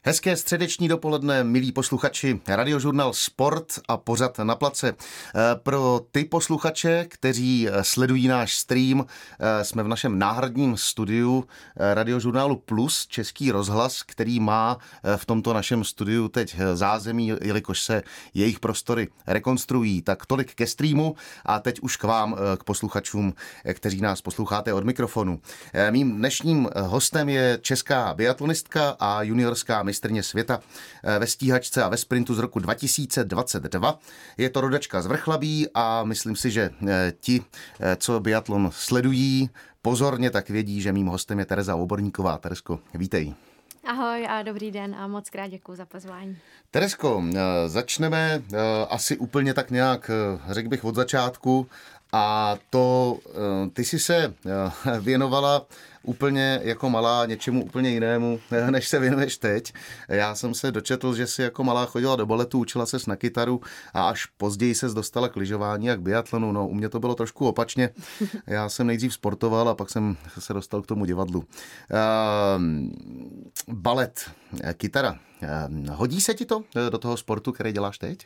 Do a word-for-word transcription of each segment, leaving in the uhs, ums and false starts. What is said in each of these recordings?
Hezké středeční dopoledne, milí posluchači, Radiožurnál Sport a pořad Na place. Pro ty posluchače, kteří sledují náš stream, jsme v našem náhradním studiu Radiožurnálu Plus, Český rozhlas, který má v tomto našem studiu teď zázemí, jelikož se jejich prostory rekonstruují. Tak tolik ke streamu a teď už k vám, k posluchačům, kteří nás posloucháte od mikrofonu. Mým dnešním hostem je česká biatlonistka a juniorská mistrně světa ve stíhačce a ve sprintu z roku dva tisíce dvacet dva. Je to rodačka z Vrchlabí a myslím si, že ti, co biatlon sledují pozorně, tak vědí, že mým hostem je Tereza Oborníková. Teresko, vítej. Ahoj a dobrý den a moc krát děkuju za pozvání. Teresko, začneme asi úplně tak nějak, řekl bych, od začátku. A to ty jsi se věnovala úplně jako malá něčemu úplně jinému, než se věnuješ teď. Já jsem se dočetl, že jsi jako malá chodila do baletu, učila ses na kytaru a až později ses dostala k lyžování a k biatlonu. No, u mě to bylo trošku opačně. Já jsem nejdřív sportoval a pak jsem se dostal k tomu divadlu. Balet, kytara. Hodí se ti to do toho sportu, který děláš teď?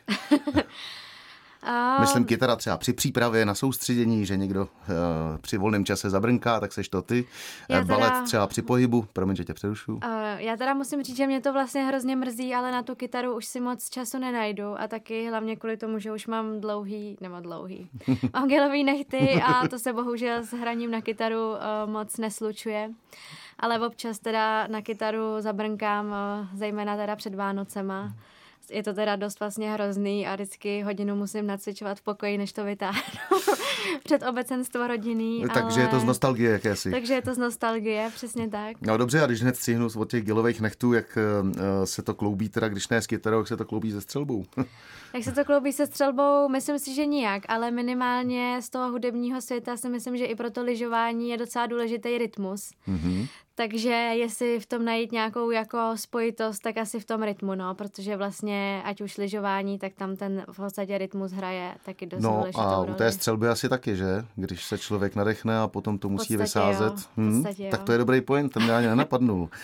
Myslím kytara třeba při přípravě na soustředění, že někdo uh, při volném čase zabrnká, tak seš to ty. Teda, balet třeba při pohybu, promiň, že tě přerušu. Uh, já teda musím říct, že mě to vlastně hrozně mrzí, ale na tu kytaru už si moc času nenajdu a taky hlavně kvůli tomu, že už mám dlouhý, nebo dlouhý, mám gelový nehty a to se bohužel s hraním na kytaru uh, moc neslučuje. Ale občas teda na kytaru zabrnkám, uh, zejména teda před Vánocema. Je to teda dost vlastně hrozný a vždycky hodinu musím nacvičovat v pokoji, než to vytáhnu před obecenstvo rodinný. Takže ale... je to z nostalgie jakési. Takže je to z nostalgie, přesně tak. No dobře, a když hned střihnu od těch gelových nechtů, jak uh, se to kloubí, teda když ne s kytarou, jak se to kloubí se střelbou? Jak se to kloubí se střelbou, myslím si, že nijak, ale minimálně z toho hudebního světa si myslím, že i pro to lyžování je docela důležitý rytmus. Mm-hmm. Takže jestli v tom najít nějakou jako spojitost, tak asi v tom rytmu, no, protože vlastně ať už lyžování, tak tam ten v podstatě rytmus hraje taky dost no, důležitou a roli. U té střelby asi taky, že? Když se člověk nadechne a potom to musí vysázet. Jo, hmm, tak to je dobrý point, to mě ani nenapadnul. uh,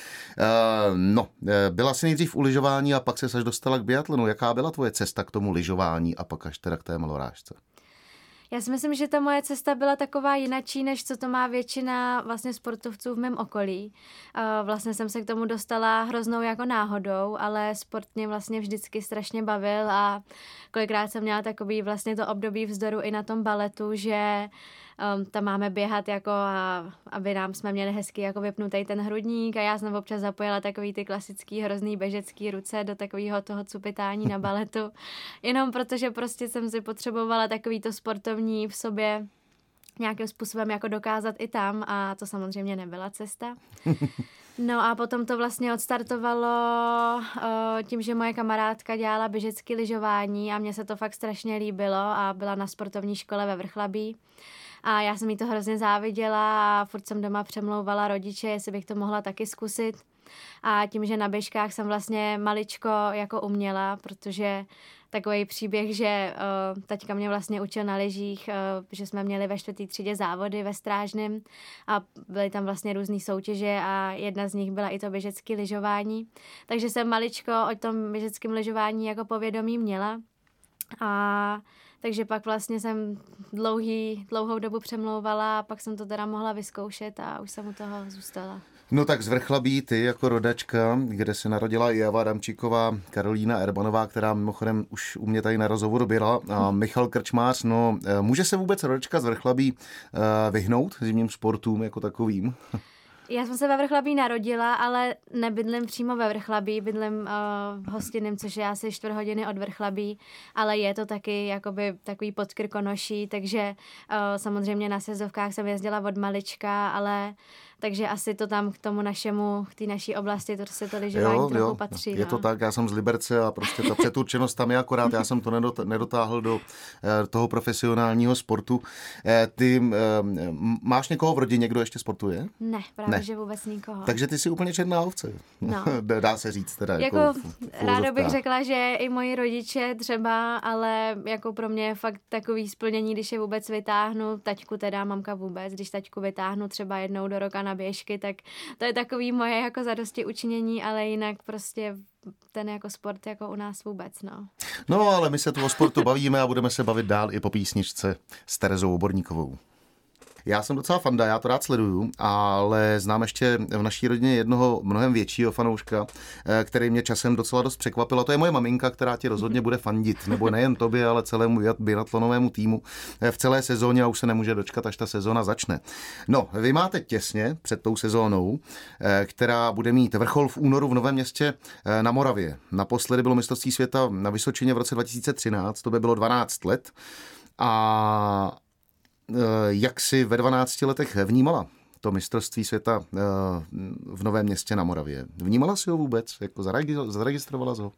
no, byla jsi nejdřív u lyžování a pak se až dostala k biatlonu. Jaká byla tvoje cesta k tomu lyžování a pak až teda k té malorážce? Já si myslím, že ta moje cesta byla taková jinačí, než co to má většina vlastně sportovců v mém okolí. Vlastně jsem se k tomu dostala hroznou jako náhodou, ale sport mě vlastně vždycky strašně bavil a kolikrát jsem měla takový vlastně to období vzdoru i na tom baletu, že um, tam máme běhat jako a, aby nám jsme měli hezky jako vypnutý ten hrudník a já jsem občas zapojila takový ty klasický hrozný běžecký ruce do takového toho cupitání na baletu. Jenom protože prostě jsem si potřebovala takový to sportovní v sobě nějakým způsobem jako dokázat i tam a to samozřejmě nebyla cesta. No a potom to vlastně odstartovalo uh, tím, že moje kamarádka dělala běžecké lyžování a mně se to fakt strašně líbilo a byla na sportovní škole ve Vrchlabí. A já jsem jí to hrozně záviděla a furt jsem doma přemlouvala rodiče, jestli bych to mohla taky zkusit. A tím, že na běžkách jsem vlastně maličko jako uměla, protože takový příběh, že uh, taťka mě vlastně učil na lyžích, uh, že jsme měli ve čtvrtý třídě závody ve Strážném a byly tam vlastně různý soutěže a jedna z nich byla i to běžecké lyžování. Takže jsem maličko o tom běžeckém lyžování jako povědomí měla. A takže pak vlastně jsem dlouhý, dlouhou dobu přemlouvala a pak jsem to teda mohla vyzkoušet a už jsem u toho zůstala. No tak z Vrchlabí ty jako rodačka, kde se narodila i Eva Adamčíková, Karolína Erbanová, která mimochodem už u mě tady na rozhovoru byla, a Michal Krčmář. No, může se vůbec rodačka z Vrchlabí vyhnout zimním sportům jako takovým? Já jsem se ve Vrchlabí narodila, ale nebydlím přímo ve Vrchlabí, bydlím uh, v Hostinném, což je asi čtvrt hodiny od Vrchlabí, ale je to taky jakoby takový pod Krkonoší, takže uh, samozřejmě na sjezdovkách jsem jezdila od malička, ale takže asi to tam k tomu našemu, k té naší oblasti, to se to lyžování jo, trochu jo, patří. Je no. to tak, já jsem z Liberce a prostě ta předurčenost tam je akorát, já jsem to nedotáhl do toho profesionálního sportu. Ty máš někoho v rodině, kdo ještě sportuje? Ne, právě, ne. že vůbec nikoho. Takže ty jsi úplně černá ovce. No. Dá se říct teda. Jako, jako ráda bych řekla, že i moji rodiče třeba, ale jako pro mě je fakt takový splnění, když je vůbec vytáhnu, taťku teda, mamka vůbec, když taťku vytáhnu třeba jednou do roka na běžky, tak to je takový moje jako zadosti učinění, ale jinak prostě ten jako sport jako u nás vůbec, no. No, ale my se tu o sportu bavíme a budeme se bavit dál i po písničce s Terezou Oborníkovou. Já jsem docela fanda, já to rád sleduju, ale znám ještě v naší rodině jednoho mnohem většího fanouška, který mě časem docela dost překvapil, a to je moje maminka, která ti rozhodně bude fandit, nebo nejen tobě, ale celému biatlonovému týmu v celé sezóně a už se nemůže dočkat, až ta sezóna začne. No, vy máte těsně před tou sezónou, která bude mít vrchol v únoru v Novém Městě na Moravě. Naposledy bylo mistrovství světa na Vysočině v roce dva tisíce třináct, to by bylo dvanáct let. A jak jsi ve dvanácti letech vnímala to mistrovství světa v Novém Městě na Moravě? Vnímala jsi ho vůbec? Jako zaregistrovala jsi ho?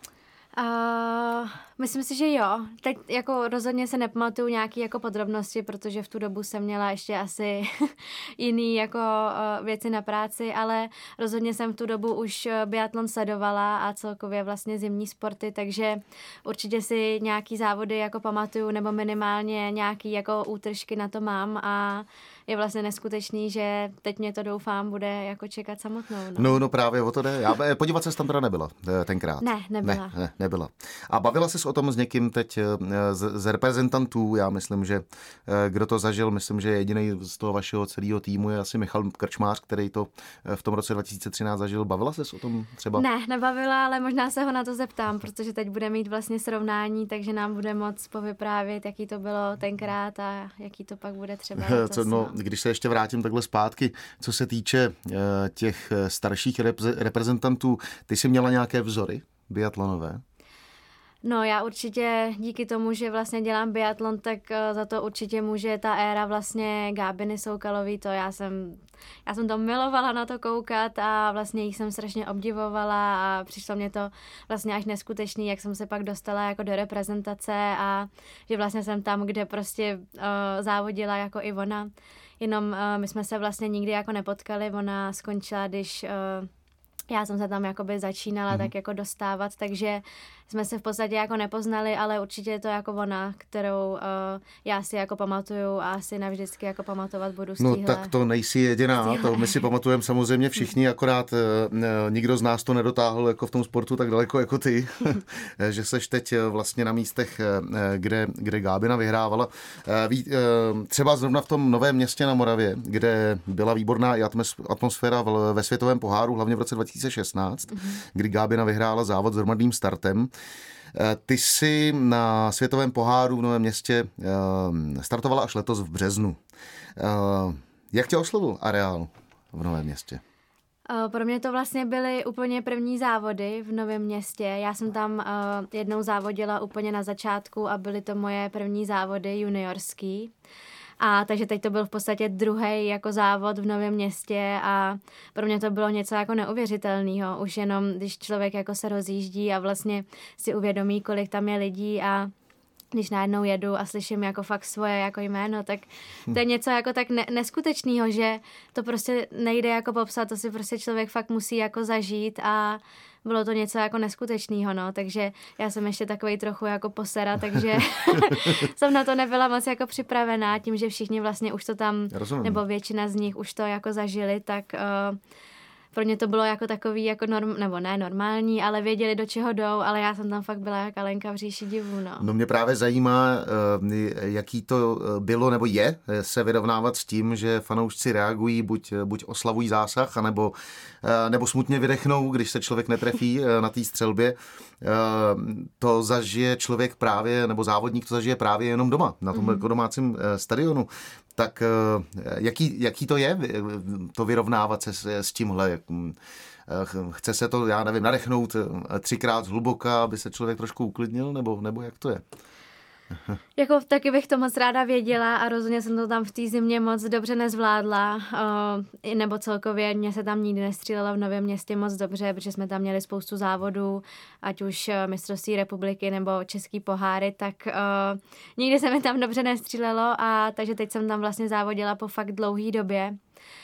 Uh, myslím si, že jo. Teď jako rozhodně se nepamatuju nějaký jako podrobnosti, protože v tu dobu jsem měla ještě asi jiný jako uh, věci na práci, ale rozhodně jsem v tu dobu už biatlon sledovala a celkově vlastně zimní sporty, takže určitě si nějaký závody jako pamatuju, nebo minimálně nějaký jako útržky na to mám a je vlastně neskutečný, že teď mě to doufám bude jako čekat samotnou. No, no, no právě o to jde. Já, podívat se tam teda nebyla tenkrát. Ne, nebyla. Ne, ne, nebyla. A bavila jsi o tom s někým teď z, z reprezentantů? Já myslím, že kdo to zažil, myslím, že jediný z toho vašeho celého týmu je asi Michal Krčmář, který to v tom roce dva tisíce třináct zažil. Bavila jsi o tom třeba? Ne, nebavila, ale možná se ho na to zeptám, protože teď bude mít vlastně srovnání, takže nám bude moc povyprávět, jaký to bylo tenkrát a jaký to pak bude třeba. Co, no, když se ještě vrátím takhle zpátky, co se týče těch starších reprezentantů, ty jsi měla nějaké vzory biatlonové? No já určitě díky tomu, že vlastně dělám biatlon, tak za to určitě může ta éra vlastně Gábiny Soukalový, to já jsem, já jsem to milovala na to koukat a vlastně jich jsem strašně obdivovala a přišlo mě to vlastně až neskutečný, jak jsem se pak dostala jako do reprezentace a že vlastně jsem tam, kde prostě uh, závodila jako i ona, jenom uh, my jsme se vlastně nikdy jako nepotkali, ona skončila, když uh, já jsem se tam jakoby začínala mm. tak jako dostávat, takže jsme se v podstatě jako nepoznali, ale určitě je to jako ona, kterou uh, já si jako pamatuju a asi navždycky jako pamatovat budu z No tak to nejsi jediná, to my si pamatujeme samozřejmě všichni, akorát uh, nikdo z nás to nedotáhl jako v tom sportu tak daleko jako ty, že seš teď vlastně na místech, kde, kde Gábina vyhrávala. Uh, uh, třeba zrovna v tom Novém Městě na Moravě, kde byla výborná i atmosféra ve světovém poháru, hlavně v roce dva tisíce šestnáct, mm. kdy Gábina vyhrála závod s hromadným startem. Ty jsi na světovém poháru v Novém Městě startovala až letos v březnu. Jak tě oslovil areál v Novém Městě? Pro mě to vlastně byly úplně první závody v Novém Městě. Já jsem tam jednou závodila úplně na začátku a byly to moje první závody juniorský. A takže teď to byl v podstatě druhý jako závod v Novém Městě a pro mě to bylo něco jako neuvěřitelného. Už jenom, když člověk jako se rozjíždí a vlastně si uvědomí, kolik tam je lidí a když najednou jedu a slyším jako fakt svoje jako jméno, tak to je něco jako tak ne- neskutečného, že to prostě nejde jako popsat, to si prostě člověk fakt musí jako zažít a bylo to něco jako neskutečného, no, takže já jsem ještě takovej trochu jako posera, takže jsem na to nebyla moc jako připravená, tím, že všichni vlastně už to tam, Rozumím. nebo většina z nich už to jako zažili, tak uh, pro mě to bylo jako takový, jako norm, nebo ne normální, ale věděli, do čeho jdou, ale já jsem tam fakt byla jak Alenka v říši divů, no. No mě právě zajímá, jaký to bylo, nebo je, se vyrovnávat s tím, že fanoušci reagují, buď, buď oslavují zásah, anebo, nebo smutně vydechnou, když se člověk netrefí na té střelbě. To zažije člověk právě, nebo závodník to zažije právě jenom doma, na tom mm-hmm. domácím stadionu. Tak jaký, jaký to je, to vyrovnávat se s, s tímhle? Chce se to, já nevím, nadechnout třikrát zhluboka, aby se člověk trošku uklidnil, nebo, nebo jak to je? Jako taky bych to moc ráda věděla a rozhodně jsem to tam v té zimě moc dobře nezvládla, uh, nebo celkově mě se tam nikdy nestřílelo v Novém Městě moc dobře, protože jsme tam měli spoustu závodů, ať už mistrovství republiky nebo český poháry, tak uh, nikdy se mi tam dobře nestřílelo a takže teď jsem tam vlastně závodila po fakt dlouhý době.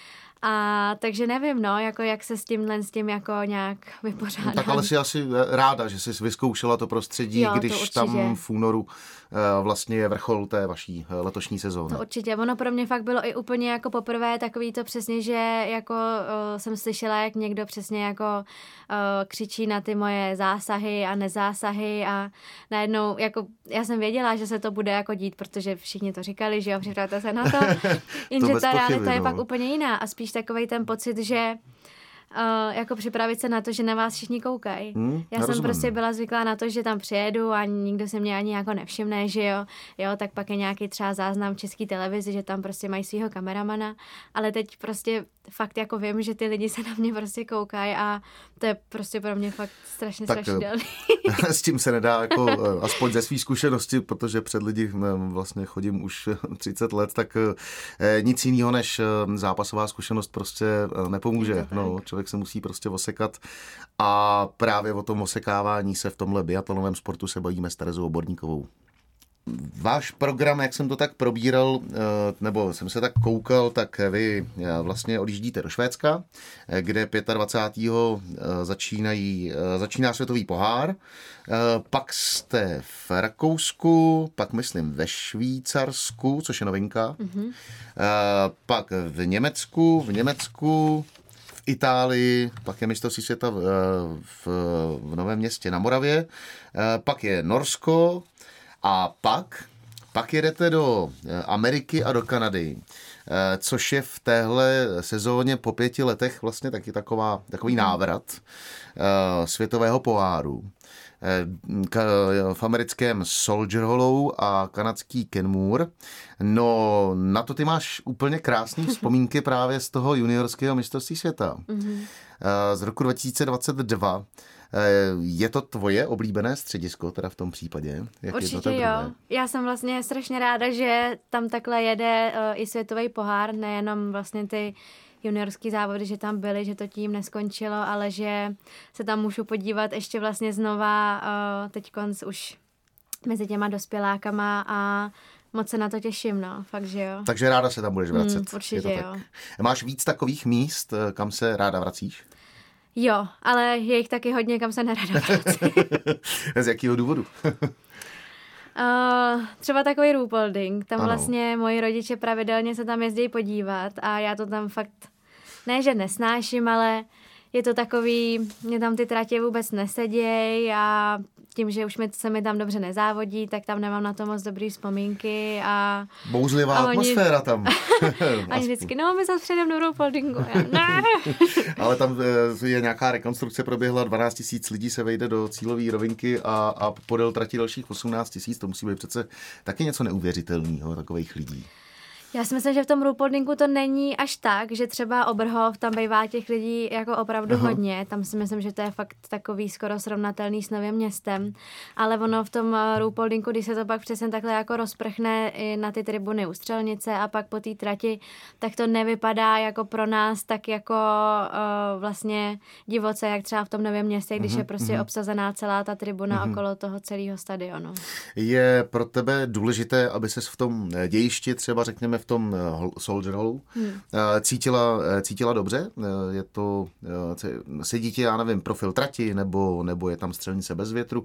A takže nevím, no, jako jak se s tímhle s tím jako nějak vypořádám. Tak ale jsi asi ráda, že jsi vyzkoušela to prostředí, jo, když to tam v únoru vlastně je vrchol té vaší letošní sezóny. To určitě. Ono pro mě fakt bylo i úplně jako poprvé takový to přesně, že jako uh, jsem slyšela, jak někdo přesně jako uh, křičí na ty moje zásahy a nezásahy a najednou jako já jsem věděla, že se to bude jako dít, protože všichni to říkali, že jo, připravte se na to. Jenže ta realita je no. pak úplně jiná a spíš takovej ten pocit, že Uh, jako připravit se na to, že na vás všichni koukají. Hmm, já, já jsem rozumím. Prostě byla zvyklá na to, že tam přijedu a nikdo se mě ani jako nevšimne, že jo, jo, tak pak je nějaký třeba záznam v české televizi, že tam prostě mají svýho kameramana, ale teď prostě fakt jako vím, že ty lidi se na mě prostě koukají a to je prostě pro mě fakt strašně tak, strašidelný. S tím se nedá jako aspoň ze svý zkušenosti, protože před lidi vlastně chodím už třicet let, tak nic jiného než zápasová zkušenost prostě nepomůže. No, člověk se musí prostě osekat a právě o tom osekávání se v tomhle biatlonovém sportu se bavíme s Terezou Oborníkovou. Váš program, jak jsem to tak probíral, nebo jsem se tak koukal, tak vy vlastně odjíždíte do Švédska, kde dvacátého pátého začínají, začíná světový pohár, pak jste v Rakousku, pak myslím ve Švýcarsku, což je novinka, mm-hmm. pak v Německu, v Německu, v Itálii, pak je mistrovství světa v, v, v Novém Městě na Moravě, pak je Norsko, a pak, pak jedete do Ameriky a do Kanady, což je v téhle sezóně po pěti letech vlastně taky taková, takový návrat světového poháru. V americkém Soldier Hollow a kanadský Kenmure. No, na to ty máš úplně krásné vzpomínky právě z toho juniorského mistrovství světa. Mm-hmm. Z roku dva tisíce dvacet dva. Je to tvoje oblíbené středisko, teda v tom případě? Jak Určitě je to jo. Já jsem vlastně strašně ráda, že tam takhle jede uh, i světový pohár, nejenom vlastně ty juniorský závody, že tam byly, že to tím neskončilo, ale že se tam můžu podívat ještě vlastně znova uh, teďkonc už mezi těma dospělákama a moc se na to těším, no, fakt, že jo. Takže ráda se tam budeš vracet. Mm, určitě je to jo. Tak. Máš víc takových míst, kam se ráda vracíš? Jo, ale je jich taky hodně, kam se nerada vracím. Z jakého důvodu? Uh, třeba takový Ruhpolding, tam ano. Vlastně moji rodiče pravidelně se tam jezdí podívat a já to tam fakt, ne že nesnáším, ale je to takový, mě tam ty tratě vůbec neseděj a tím, že už mi, se mi tam dobře nezávodí, tak tam nemám na to moc dobrý vzpomínky a... Bouzlivá a atmosféra oni, tam. A vždycky, no my zase přejdeme do Ruhpoldingu. Ne. Ale tam je nějaká rekonstrukce, proběhla dvanáct tisíc lidí se vejde do cílové rovinky a, a podél trati dalších osmnáct tisíc, to musí být přece taky něco neuvěřitelného, takových lidí. Já si myslím, že v tom Ruhpoldingu to není až tak, že třeba Oberhof, tam bývá těch lidí jako opravdu Aha. hodně. Tam si myslím, že to je fakt takový skoro srovnatelný s Novým Městem. Ale ono v tom Ruhpoldingu, když se to pak přesně takhle jako rozprchne i na ty tribuny u střelnice a pak po té trati, tak to nevypadá jako pro nás tak jako uh, vlastně divoce, jak třeba v tom Novém Městě, když uh-huh, je prostě uh-huh. obsazená celá ta tribuna uh-huh. okolo toho celého stadionu. Je pro tebe důležité, aby ses v tom dějišti třeba řekněme v tom Soldier Hallu hmm. cítila, cítila dobře? Je to, sedí ti, já nevím, profil trati, nebo, nebo je tam střelnice bez větru?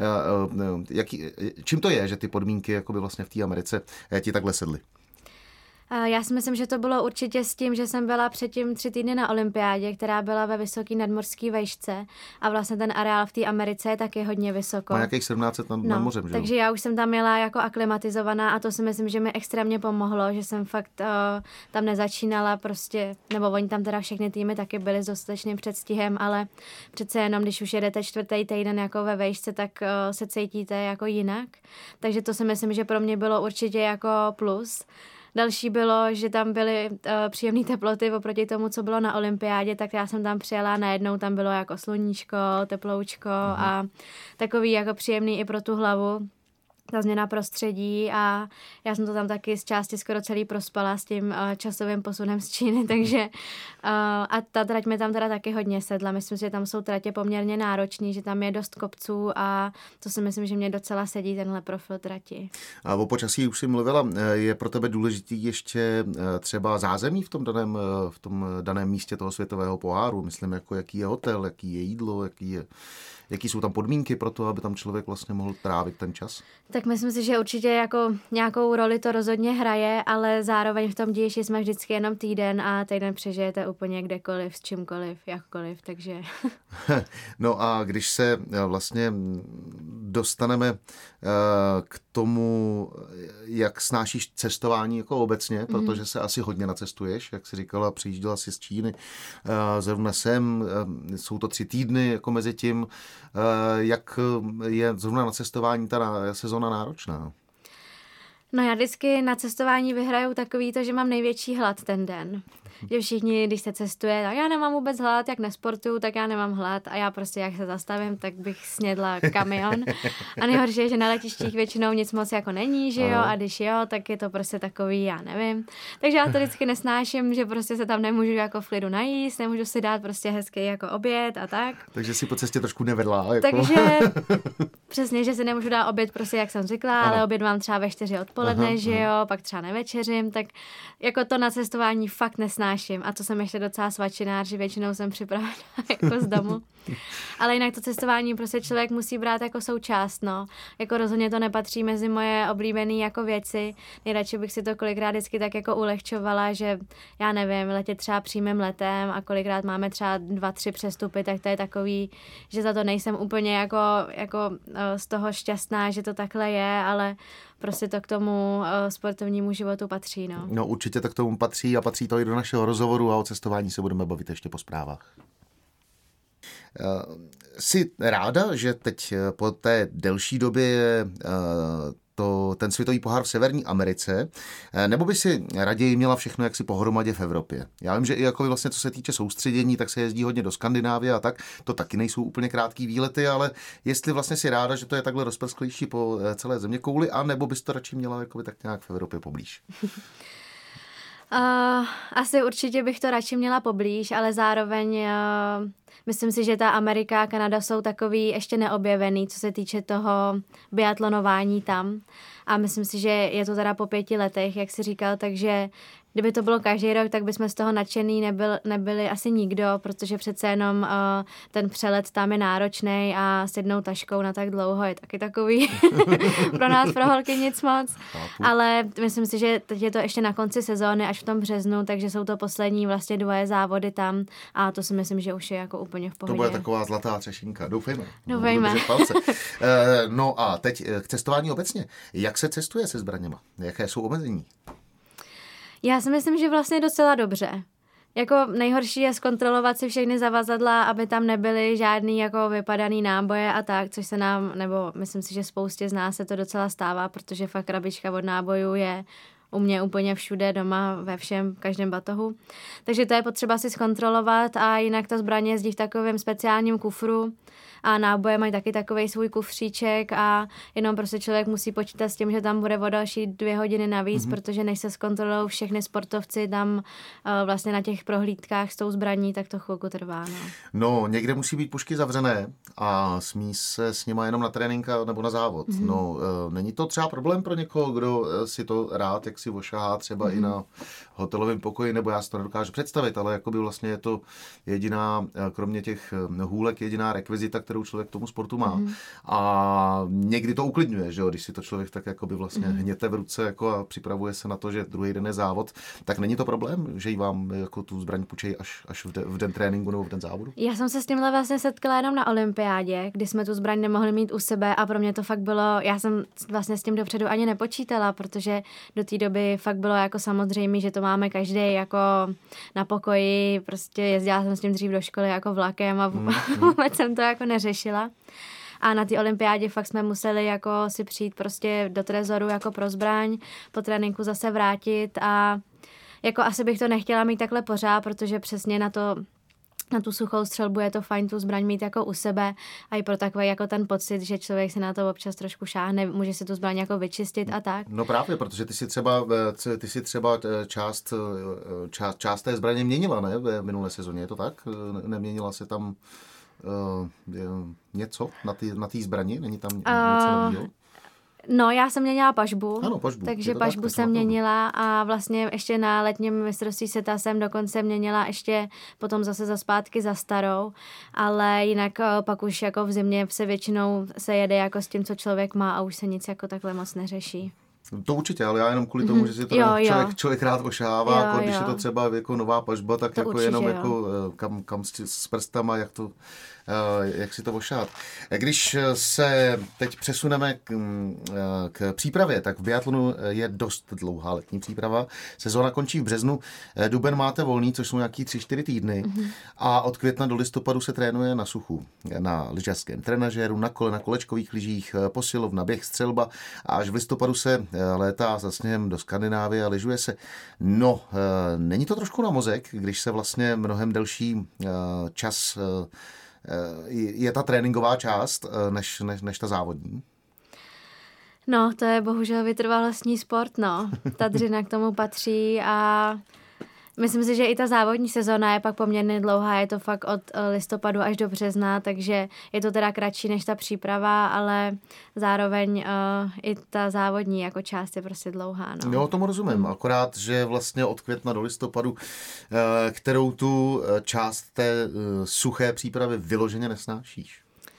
Jaký, čím to je, že ty podmínky jakoby vlastně v té Americe ti takhle sedly? Já si myslím, že to bylo určitě s tím, že jsem byla předtím tři týdny na olympiádě, která byla ve vysoké nadmořské vejšce a vlastně ten areál v té Americe je taky hodně vysoko. Má nějakých sedmnáct set nad, no, nad mořem, že? Takže já už jsem tam jela jako aklimatizovaná a to si myslím, že mi extrémně pomohlo, že jsem fakt uh, tam nezačínala prostě, nebo oni tam teda všechny týmy taky byly s dostatečným předstihem, ale přece jenom, když už jedete čtvrtý týden jako ve vejšce, tak uh, se cítíte jako jinak. Takže to si myslím, že pro mě bylo určitě jako plus. Další bylo, že tam byly uh, příjemné teploty oproti tomu, co bylo na olympiádě, tak já jsem tam přijela, najednou tam bylo jako sluníčko, teploučko mm. a takový jako příjemný i pro tu hlavu. ta změna prostředí a já jsem to tam taky z části skoro celý prospala s tím uh, časovým posunem z Číny, takže uh, a ta trať mi tam teda taky hodně sedla. Myslím si, že tam jsou tratě poměrně náročný, že tam je dost kopců a to si myslím, že mě docela sedí tenhle profil trati. A o počasí už si mluvila, je pro tebe důležitý ještě třeba zázemí v tom daném, v tom daném místě toho světového poháru? Myslím, jako jaký je hotel, jaký je jídlo, jaký je... Jaký jsou tam podmínky pro to, aby tam člověk vlastně mohl trávit ten čas? Tak myslím si, že určitě jako nějakou roli to rozhodně hraje, ale zároveň v tom Díši jsme vždycky jenom týden a týden přežijete úplně kdekoliv, s čímkoliv, jakkoliv, takže... No a když se vlastně dostaneme k tomu, jak snášíš cestování jako obecně, mm-hmm. protože se asi hodně nacestuješ, jak jsi říkala, přijížděla jsi z Číny, zrovna sem, jsou to tři týdny jako mezi tím, jak je zrovna na cestování ta sezóna náročná? No já vždycky na cestování vyhraju takový to, že mám největší hlad ten den. Že všichni, když se cestuje, tak já nemám vůbec hlad, jak nesportuju, tak já nemám hlad a já prostě, jak se zastavím, tak bych snědla kamion. A nejhorší je, že na letištích většinou nic moc jako není, že jo, a když jo, tak je to prostě takový, já nevím. Takže já to vždycky nesnáším, že prostě se tam nemůžu jako v klidu najíst, nemůžu si dát prostě hezký jako oběd a tak. Takže si po cestě trošku nevedla. Jako. Takže přesně, že si nemůžu dát oběd prostě, jak jsem řekla, ano. Ale oběd mám třeba ve čtyři odpoledne, aha, že jo, pak třeba nevečeřím, tak jako to na cestování fakt nesnáším. A to jsem ještě docela svačinář, že většinou jsem připravená jako z domu. Ale jinak to cestování prostě člověk musí brát jako součást, no. Jako rozhodně to nepatří mezi moje oblíbené jako věci. Nejradši bych si to kolikrát vždycky tak jako ulehčovala, že já nevím, letět třeba přímým letem a kolikrát máme třeba dva, tři přestupy, tak to je takový, že za to nejsem úplně jako, jako z toho šťastná, že to takhle je, ale prostě to k tomu uh, sportovnímu životu patří, no. No určitě to k tomu patří a patří to i do našeho rozhovoru a o cestování se budeme bavit ještě po zprávách. Uh, jsi ráda, že teď po té delší době uh, to, ten světový pohár v Severní Americe, nebo by si raději měla všechno jaksi pohromadě v Evropě? Já vím, že i jako vlastně co se týče soustředění, tak se jezdí hodně do Skandinávie a tak, to taky nejsou úplně krátký výlety, ale jestli vlastně si ráda, že to je takhle rozprsklejší po celé zeměkouli, a nebo bys to radši měla jakoby tak nějak v Evropě poblíž? Uh, asi určitě bych to radši měla poblíž, ale zároveň uh, myslím si, že ta Amerika a Kanada jsou takový ještě neobjevený, co se týče toho biatlonování tam. A myslím si, že je to teda po pěti letech, jak jsi říkal, takže kdyby to bylo každý rok, tak bychom z toho nadšený nebyl, nebyli asi nikdo, protože přece jenom uh, ten přelet tam je náročný a s jednou taškou na tak dlouho je taky takový pro nás, pro holky nic moc. Ale myslím si, že teď je to ještě na konci sezóny, až v tom březnu, takže jsou to poslední vlastně dvoje závody tam a to si myslím, že už je jako úplně v pohodě. To bude taková zlatá třešinka, doufejme. Doufejme. No a teď k cestování obecně. Jak se cestuje se zbraněma? Jaké jsou omezení? Já si myslím, že vlastně docela dobře. Jako nejhorší je zkontrolovat si všechny zavazadla, aby tam nebyly žádný jako vypadaný náboje a tak, což se nám, nebo myslím si, že spoustě z nás se to docela stává, protože fakt krabička od nábojů je u mě úplně všude doma, ve všem, v každém batohu. Takže to je potřeba si zkontrolovat a jinak ta zbraně jezdí v takovém speciálním kufru a náboje mají taky takovej svůj kufříček a jenom prostě člověk musí počítat s tím, že tam bude o další dvě hodiny navíc, mm-hmm. protože než se zkontrolují všechny sportovci tam uh, vlastně na těch prohlídkách s tou zbraní, tak to chvilku trvá. No. no, někde musí být pušky zavřené a smí se s nima jenom na trénink nebo na závod. Mm-hmm. No, uh, není to třeba problém pro někoho, kdo uh, si to rád, jak si ošahá třeba mm-hmm. i na hotelovém pokoji, nebo já si to nedokážu představit, ale jakoby vlastně je to jediná, kromě těch hůlek, jediná rekvizita, kterou člověk k tomu sportu má. Mm. A někdy to uklidňuje, že jo, když si to člověk tak jakoby vlastně mm. hněte v ruce jako a připravuje se na to, že druhý den je závod, tak není to problém, že jí vám jako tu zbraň půjčejí až, až v, de, v den tréninku nebo v den závodu? Já jsem se s tímhle vlastně setkala jenom na olympiádě, kdy jsme tu zbraň nemohli mít u sebe a pro mě to fakt bylo, já jsem vlastně s tím dopředu ani nepočítala, protože do té doby fakt bylo jako samozřejmé, že to máme každý jako na pokoji, prostě jezdila jsem s tím dřív do školy jako vlakem a mm, vůbec mm. jsem to jako neřešila. A na té olympiádě fakt jsme museli jako si přijít prostě do trezoru jako pro zbraň, po tréninku zase vrátit a jako asi bych to nechtěla mít takhle pořád, protože přesně na to na tu suchou střelbu je to fajn tu zbraň mít jako u sebe a i pro takový jako ten pocit, že člověk si na to občas trošku šáhne, může si tu zbraň jako vyčistit a tak. No právě, protože ty si třeba, ty si třeba část, část, část té zbraně měnila, ne? V minulé sezóně, je to tak? Neměnila se tam uh, něco na té na zbrani? Není tam uh... něco nového? No, já jsem měnila pažbu, ano, pažbu. takže pažbu tak, jsem měnila a vlastně ještě na letním mistrovství světa jsem dokonce měnila ještě potom zase za zpátky za starou, ale jinak pak už jako v zimě se většinou se jede jako s tím, co člověk má a už se nic jako takhle moc neřeší. To určitě, ale já jenom kvůli tomu, mm-hmm. že si to jo, člověk, jo. člověk rád ošahává, jo, jako když jo. je to třeba jako nová pažba, tak to jako určitě, jenom jo. jako kam, kam s, s prstama, jak to jak si to ošát. Když se teď přesuneme k, k přípravě, tak v biatlonu je dost dlouhá letní příprava. Sezóna končí v březnu, duben máte volný, což jsou nějaký tři čtyři týdny mm-hmm. a od května do listopadu se trénuje na suchu. Na lyžařském trenažéru, na kole, na kolečkových lyžích, posilovna, běh, střelba a až v listopadu se létá za sněhem do Skandinávie a lyžuje se. No, není to trošku na mozek, když se vlastně mnohem delší čas je ta tréninková část než, než, než ta závodní? No, to je bohužel vytrvalostní sport, no. Ta dřina k tomu patří a myslím si, že i ta závodní sezona je pak poměrně dlouhá, je to fakt od listopadu až do března, takže je to teda kratší než ta příprava, ale zároveň uh, i ta závodní jako část je prostě dlouhá. No. Jo, tomu rozumím, hmm. akorát, že vlastně od května do listopadu, uh, kterou tu část té uh, suché přípravy vyloženě nesnášíš?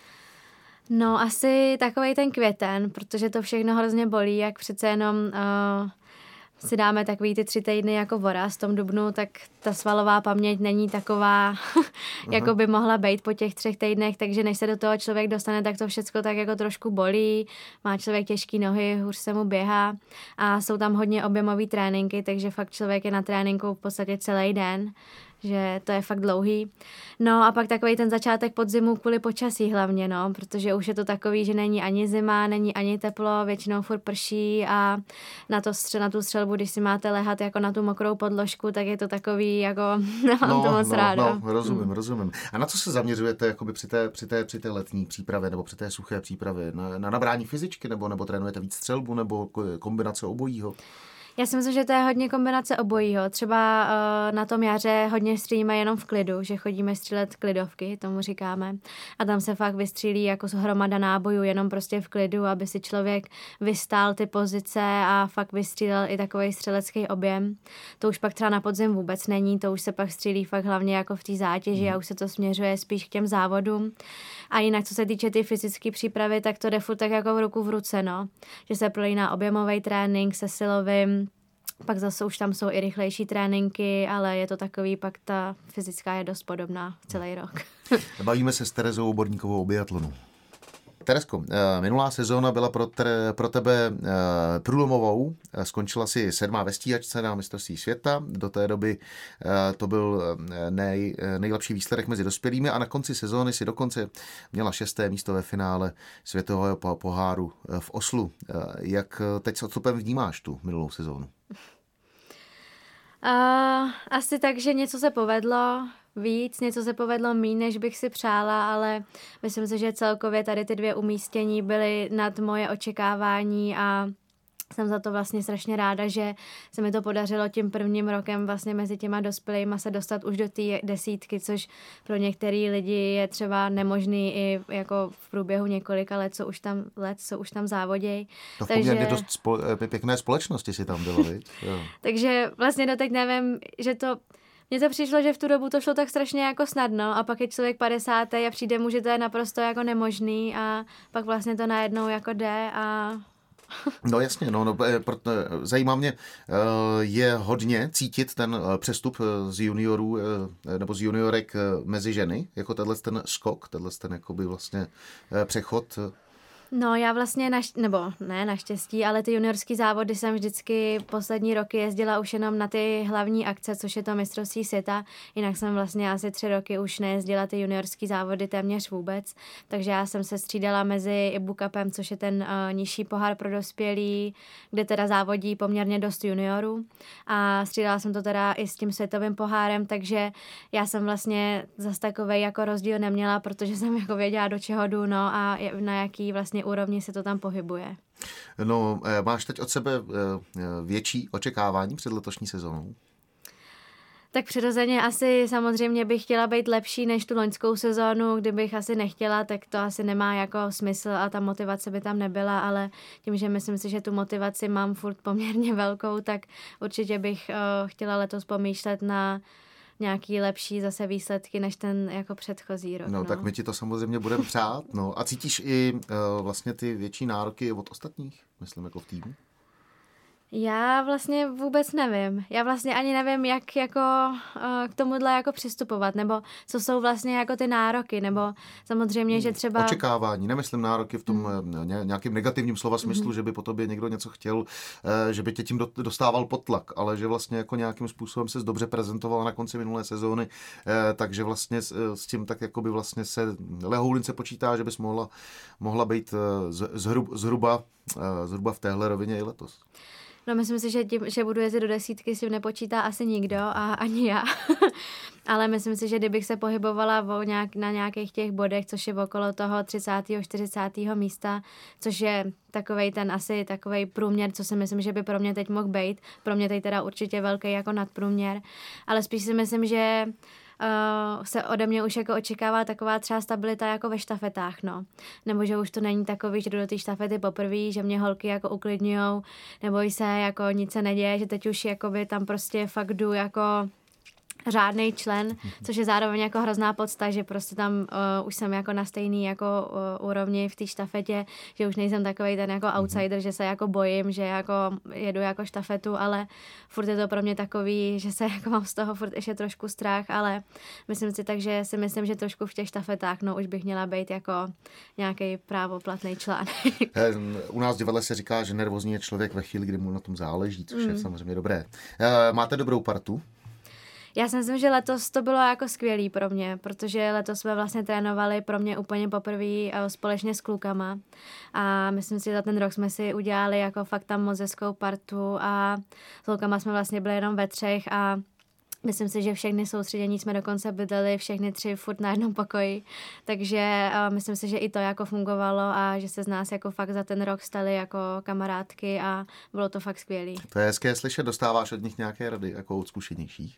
No, asi takovej ten květen, protože to všechno hrozně bolí, jak přece jenom... Uh, si dáme takový ty tři týdny jako voraz v tom dubnu, tak ta svalová paměť není taková, jako by mohla být po těch třech týdnech, takže než se do toho člověk dostane, tak to všecko tak jako trošku bolí, má člověk těžký nohy, hůř se mu běhá a jsou tam hodně objemový tréninky, takže fakt člověk je na tréninku v podstatě celý den, že to je fakt dlouhý. No a pak takový ten začátek podzimu kvůli počasí hlavně, no, protože už je to takový, že není ani zima, není ani teplo, většinou furt prší a na, to střel, na tu střelbu, když si máte lehat jako na tu mokrou podložku, tak je to takový, jako nemám no, to moc no, rádo. No, rozumím, hmm. rozumím. A na co se zaměřujete jakoby při té, při té, při té letní přípravě nebo při té suché přípravě? Na, na nabrání fyzičky nebo, nebo trénujete víc střelbu nebo kombinace obojího? Já si myslím, že to je hodně kombinace obojího. Třeba uh, na tom jaře hodně střílíme jenom v klidu, že chodíme střílet klidovky, tomu říkáme. A tam se fakt vystřílí jako hromada nábojů, jenom prostě v klidu, aby si člověk vystál ty pozice a fakt vystřílel i takovej střelecký objem. To už pak třeba na podzim vůbec není, to už se pak střílí fakt hlavně jako v té zátěži a už se to směřuje spíš k těm závodům. A jinak, co se týče ty fyzické přípravy, tak to jde furt tak jako v ruku v ruce, no. Že se prolíná objemový trénink se silovým, pak zase už tam jsou i rychlejší tréninky, ale je to takový, pak ta fyzická je dost podobná celý rok. Bavíme se s Terezou Borníkovou o biatlonu. Teresko, minulá sezóna byla pro, te, pro tebe průlomovou. Skončila si sedmá ve stíhačce na mistrovství světa. Do té doby to byl nej, nejlepší výsledek mezi dospělými a na konci sezóny si dokonce měla šesté místo ve finále světového poháru v Oslu. Jak teď s odstupem vnímáš tu minulou sezónu? Uh, asi tak, že něco se povedlo víc, něco se povedlo míň, než bych si přála, ale myslím si, že celkově tady ty dvě umístění byly nad moje očekávání a jsem za to vlastně strašně ráda, že se mi to podařilo tím prvním rokem vlastně mezi těma dospělýma se dostat už do té desítky, což pro některý lidi je třeba nemožný i jako v průběhu několika let, co už tam, let, co už tam závodějí. To v poměrně Takže... dost spo- pěkné společnosti si tam bylo, viď? Jo. Takže vlastně doteď nevím, že to mně to přišlo, že v tu dobu to šlo tak strašně jako snadno a pak je člověk padesátý a přijde mu, že to je naprosto jako nemožný a pak vlastně to najednou jako jde a... No jasně, no, no, zajímá mě, je hodně cítit ten přestup z juniorů nebo z juniorek mezi ženy, jako tenhle ten skok, tenhle ten jakoby vlastně přechod? No já vlastně, naš, nebo ne naštěstí, ale ty juniorský závody jsem vždycky poslední roky jezdila už jenom na ty hlavní akce, což je to mistrovství světa, jinak jsem vlastně asi tři roky už nejezdila ty juniorský závody téměř vůbec, takže já jsem se střídala mezi I B U Cupem, což je ten uh, nižší pohár pro dospělí, kde teda závodí poměrně dost juniorů a střídala jsem to teda i s tím světovým pohárem, takže já jsem vlastně zas takovej jako rozdíl neměla, protože jsem jako věděla, do čeho jdu, no a na jaký vlastně úrovni se to tam pohybuje. No, máš teď od sebe větší očekávání před letošní sezónou? Tak přirozeně asi samozřejmě bych chtěla být lepší než tu loňskou sezónu, kdybych asi nechtěla, tak to asi nemá jako smysl a ta motivace by tam nebyla, ale tím, že myslím si, že tu motivaci mám furt poměrně velkou, tak určitě bych uh, chtěla letos pomýšlet na nějaký lepší zase výsledky než ten jako předchozí rok. No, no. Tak my ti to samozřejmě budeme přát. No. A cítíš i uh, vlastně ty větší nároky od ostatních, myslím, jako v týmu? Já vlastně vůbec nevím. Já vlastně ani nevím, jak jako uh, k tomuhle jako přistupovat, nebo co jsou vlastně jako ty nároky, nebo samozřejmě, že třeba... Očekávání, nemyslím nároky v tom hmm. nějakým negativním slova smyslu, hmm. že by po tobě někdo něco chtěl, uh, že by tě tím dostával pod tlak, ale že vlastně jako nějakým způsobem ses dobře prezentovala na konci minulé sezóny, uh, takže vlastně s, s tím tak jako by vlastně se lehoulince počítá, že bys mohla, mohla být uh, zhrub, zhruba, uh, zhruba v téhle rovině i letos. No myslím si, že, tím, že budu jezdit do desítky, s tím nepočítá asi nikdo a ani já. Ale myslím si, že kdybych se pohybovala o nějak, na nějakých těch bodech, což je okolo toho třicátého čtyřicátého místa, což je takovej ten asi takovej průměr, co si myslím, že by pro mě teď mohl být. Pro mě teď teda určitě velký jako nadprůměr. Ale spíš si myslím, že Uh, se ode mě už jako očekává taková třeba stabilita jako ve štafetách, no. Nebo že už to není takový, že jdu do té štafety poprvé, že mě holky jako uklidňujou, nebo se jako nic se neděje, že teď už jakoby tam prostě fakt jdu jako řádnej člen, což je zároveň jako hrozná podsta, že prostě tam uh, už jsem jako na stejný jako uh, úrovni v té štafetě, že už nejsem takovej ten jako outsider, že se jako bojím, že jako jedu jako štafetu, ale furt je to pro mě takový, že se jako mám z toho furt ještě trošku strach, ale myslím si tak, že si myslím, že trošku v těch štafetách, no už bych měla být jako nějaký právoplatný článek. U nás v divadle se říká, že nervózní je člověk ve chvíli, kdy mu na tom záleží, což mm. je samozřejmě dobré. Máte dobrou partu? Já si myslím, že letos to bylo jako skvělý pro mě, protože letos jsme vlastně trénovali pro mě úplně poprvé společně s klukama a myslím si, že za ten rok jsme si udělali jako fakt tam moc hezkou partu a s klukama jsme vlastně byli jenom ve třech a myslím si, že všechny soustředění jsme dokonce bydleli všechny tři furt na jednom pokoji, takže uh, myslím si, že i to jako fungovalo a že se z nás jako fakt za ten rok stali jako kamarádky a bylo to fakt skvělý. To je hezké slyšet, dostáváš od nich nějaké rady jako od zkušenějších?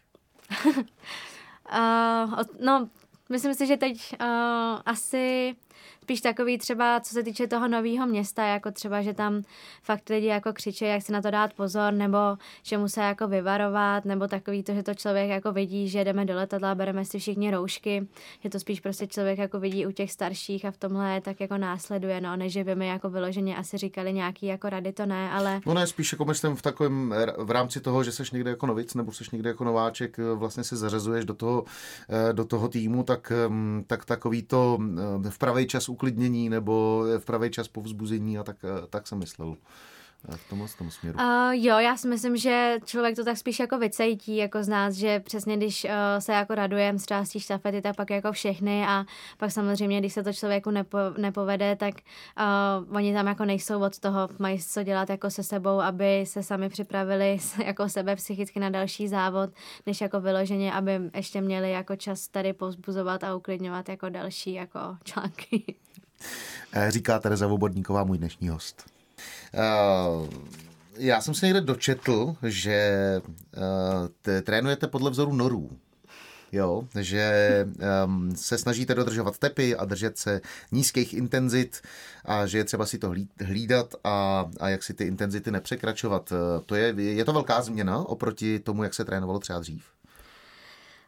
uh, no, myslím si, že teď uh, asi spíš takový třeba, co se týče toho nového města, jako třeba, že tam fakt lidi jako křičí, jak si na to dát pozor, nebo že musí jako vyvarovat, nebo takový to, že to člověk jako vidí, že jdeme do letadla, bereme si všichni roušky, že to spíš prostě člověk jako vidí u těch starších a v tomhle tak jako následuje, no, než že by mi jako vyloženě asi říkali nějaký jako rady, to ne, ale... No ne, spíš jako myslím v takovém, v rámci toho, že seš někde jako novic, nebo seš někde jako nováček, vlastně se zařazuješ do toho, do toho týmu, tak, tak takový to v pravý čas uklidnění nebo v pravý čas povzbuzení a tak, tak jsem myslel v tom, v tom směru. Uh, jo, já si myslím, že člověk to tak spíš jako vycejtí jako z nás, že přesně když uh, se jako radujeme z třeba z té štafety, tak pak jako všechny a pak samozřejmě, když se to člověku nepo, nepovede, tak uh, oni tam jako nejsou od toho, mají co dělat jako se sebou, aby se sami připravili jako sebe psychicky na další závod, než jako vyloženě, aby ještě měli jako čas tady povzbuzovat a uklidňovat jako další jako články. Říká Tereza Vobodníková, můj dnešní host. Uh, já jsem se někde dočetl, že uh, t- trénujete podle vzoru norů. Jo, že um, se snažíte dodržovat tepy a držet se nízkých intenzit a že je třeba si to hlídat a, a jak si ty intenzity nepřekračovat. To je, je to velká změna oproti tomu, jak se trénovalo třeba dřív?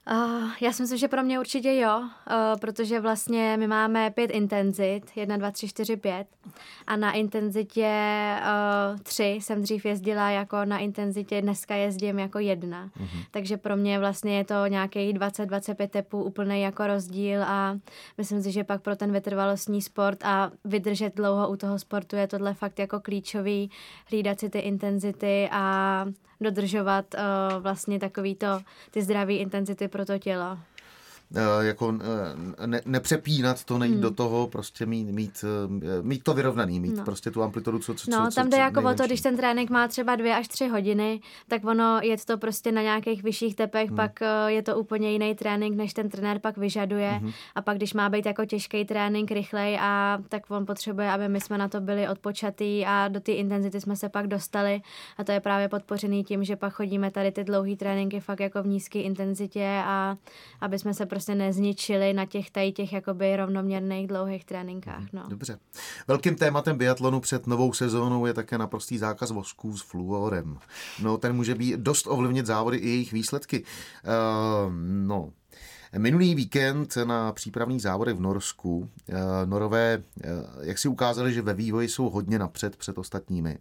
Uh, já si myslím, že pro mě určitě jo, uh, protože vlastně my máme pět intenzit, jedna, dva, tři, čtyři, pět a na intenzitě uh, tři jsem dřív jezdila jako na intenzitě, dneska jezdím jako jedna, mm-hmm. takže pro mě vlastně je to nějakých dvacet až dvacet pět tepů úplný jako rozdíl a myslím si, že pak pro ten vytrvalostní sport a vydržet dlouho u toho sportu je tohle fakt jako klíčový, hlídat si ty intenzity a dodržovat uh, vlastně takovýto ty zdraví intenzity pro to tělo. Uh, jako ne, nepřepínat to, nejít hmm. do toho, prostě mít, mít, mít to vyrovnaný, mít no. prostě tu amplitudu, co, co No, co, tam co, jde jako nejmenší. o to, když ten trénink má třeba dvě až tři hodiny, tak ono je to prostě na nějakých vyšších tepech, hmm. pak uh, je to úplně jiný trénink, než ten trenér pak vyžaduje hmm. a pak když má být jako těžký trénink, rychlej a tak on potřebuje, aby my jsme na to byli odpočatý a do té intenzity jsme se pak dostali a to je právě podpořený tím, že pak chodíme tady ty dlouhý tréninky fakt jako v nízké intenzitě a aby jsme se prostě nezničili na těch tady těch jakoby rovnoměrných dlouhých tréninkách. No. Dobře. Velkým tématem biatlonu před novou sezónou je také naprostý zákaz vosků s fluorem. No, ten může být dost ovlivnit závody i jejich výsledky. Uh, no, minulý víkend na přípravných závodech v Norsku uh, Norové, uh, jak si ukázali, že ve vývoji jsou hodně napřed před ostatními.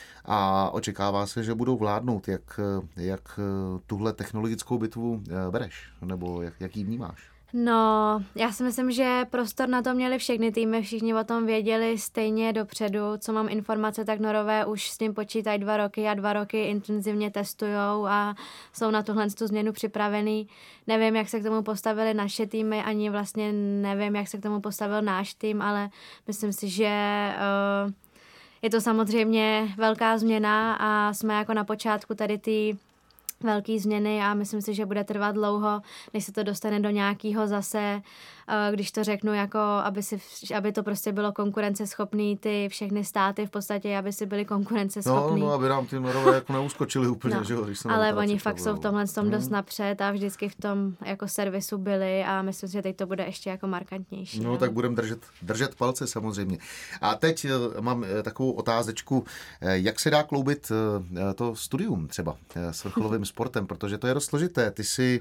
A očekává se, že budou vládnout. Jak, jak tuhle technologickou bitvu bereš? Nebo jak, jak ji vnímáš? No, já si myslím, že prostor na to měli všechny týmy, všichni o tom věděli stejně dopředu. Co mám informace, tak Norové už s tím počítají dva roky a dva roky intenzivně testujou a jsou na tuhle tu změnu připravený. Nevím, jak se k tomu postavili naše týmy, ani vlastně nevím, jak se k tomu postavil náš tým, ale myslím si, že uh, je to samozřejmě velká změna a jsme jako na počátku tady ty velký změny a myslím si, že bude trvat dlouho, než se to dostane do nějakého zase, když to řeknu, jako aby, si, aby to prostě bylo konkurenceschopný, ty všechny státy v podstatě, aby si byli konkurenceschopný. No, no, aby nám ty Norové jako neuskočili úplně, no, že jo, když jsem ale oni fakt jsou v tomhle tom dost hmm. napřed a vždycky v tom jako servisu byli a myslím si, že teď to bude ještě jako markantnější. No, no. tak budeme držet, držet palce samozřejmě. A teď mám takovou otázečku, jak se dá kloubit to studium třeba s vrcholovým sportem, protože to je dost složité. Ty jsi,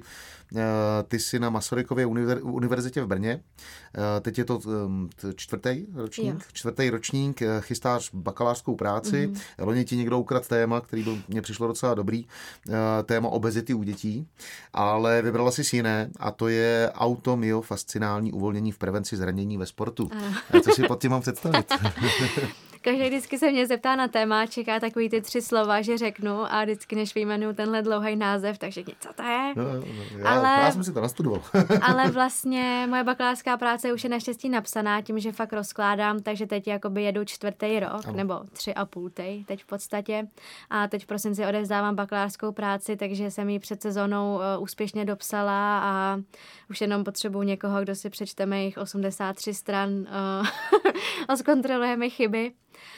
ty jsi na Masarykově univerzitě v Brně, teď je to čtvrtý ročník, jo. čtvrtý ročník, chystáš bakalářskou práci, mm-hmm. loni ti někdo ukradl téma, který byl, mně přišlo docela dobrý, téma obezity u dětí, ale vybrala jsi jiné a to je automyofascinální uvolnění v prevenci zranění ve sportu. Ano. Co si pod tím mám představit? Každý vždycky se mě zeptá na téma, čeká takový ty tři slova, že řeknu a vždycky než vyjmenuju tenhle dlouhý název, takže co to je? No, no, já, ale, já jsem si to nastudoval. Ale vlastně moje bakalářská práce už je naštěstí napsaná tím, že fakt rozkládám, takže teď jakoby jedu čtvrtý rok, ano. nebo tři a půl tej, teď v podstatě. A teď v prosinci odevzdávám bakalářskou práci, takže jsem ji před sezónou uh, úspěšně dopsala a už jenom potřebuji někoho, kdo si přečte mých osmdesát tři stran uh, a zkontroluje mi chyby.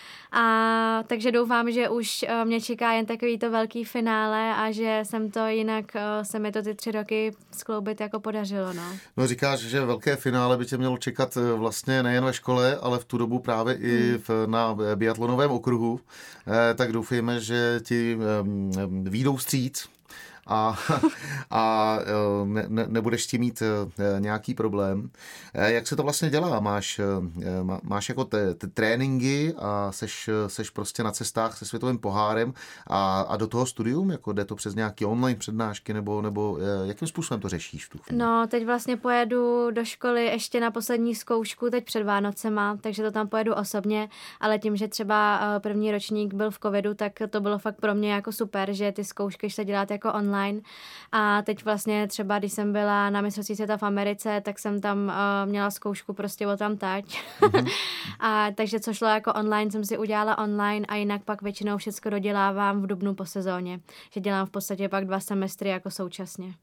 A takže doufám, že už uh, mě čeká jen takový to velký finále a že jsem to jinak, uh, se mi to ty tři roky skloubit jako podařilo, no. No říkáš, že velké finále by tě mělo čekat vlastně nejen ve škole, ale v tu dobu právě hmm. i v, na biatlonovém okruhu, eh, tak doufejme, že ti eh, výjdou vstříc. A, a ne, ne, nebudeš ti mít nějaký problém. Jak se to vlastně dělá? Máš, máš jako te, te tréninky a seš, seš prostě na cestách se světovým pohárem a, a do toho studium? Jako jde to přes nějaké online přednášky nebo, nebo jakým způsobem to řešíš? Tu no, teď vlastně pojedu do školy ještě na poslední zkoušku teď před Vánocema, takže to tam pojedu osobně, ale tím, že třeba první ročník byl v covidu, tak to bylo fakt pro mě jako super, že ty zkoušky se dělat jako online. A teď vlastně třeba, když jsem byla na mistrovství světa v Americe, tak jsem tam uh, měla zkoušku prostě o tam tať. Mm-hmm. A takže co šlo jako online, jsem si udělala online a jinak pak většinou všechno dodělávám v dubnu po sezóně. Že dělám v podstatě pak dva semestry jako současně.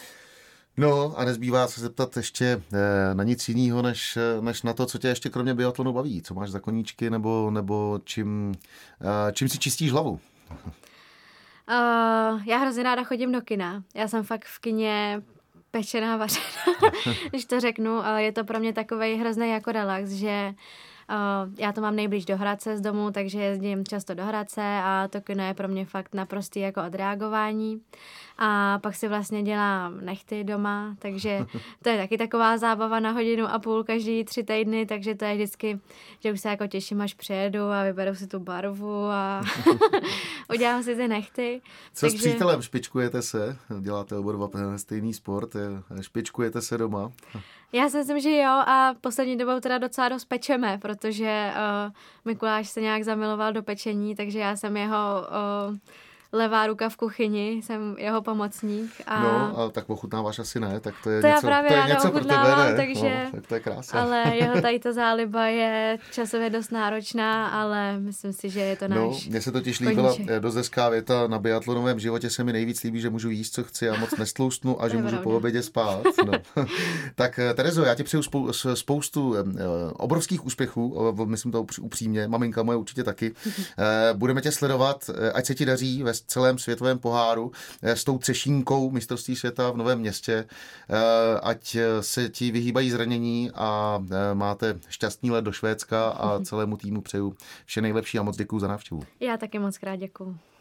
No a nezbývá se zeptat ještě na nic jiného, než, než na to, co tě ještě kromě biatlonu baví. Co máš za koníčky nebo, nebo čím, čím si čistíš hlavu? Uh, já hrozně ráda chodím do kina. Já jsem fakt v kině pečená vařená, když to řeknu. Uh, je to pro mě takovej hrozný jako relax, že já to mám nejblíž do Hradce z domu, takže jezdím často do Hradce a to kino je pro mě fakt naprostý jako odreagování. A pak si vlastně dělám nehty doma, takže to je taky taková zábava na hodinu a půl každý tři týdny, takže to je vždycky, že už se jako těším, až přijedu a vyberu si tu barvu a udělám si ty nehty. Co takže... s přítelem? Špičkujete se? Děláte oba dva stejný sport? Špičkujete se doma? Já si myslím, že jo a poslední dobou teda docela dost pečeme, protože uh, Mikuláš se nějak zamiloval do pečení, takže já jsem jeho... Uh, levá ruka v kuchyni, jsem jeho pomocník. A... No, a tak ochutnáváš asi ne, tak to je to něco, já právě to je něco pro tebe, ne? Takže... No, tak to je krása. Ale jeho tady ta záliba je časově dost náročná, ale myslím si, že je to náš No, mně se totiž líbila dost hezká věta, na biatlonovém životě se mi nejvíc líbí, že můžu jíst, co chci a moc nestloustnu a že můžu po obědě spát. No. Tak Terezo, já ti přeju spou- spoustu obrovských úspěchů, myslím to upřímně, maminka moje určitě taky. Budeme tě sledovat, ať se ti daří ve celém světovém poháru s tou třešínkou mistrovství světa v Novém Městě. Ať se ti vyhýbají zranění a máte šťastný let do Švédska a celému týmu přeju vše nejlepší a moc děkuju za návštěvu. Já taky moc krát děkuju.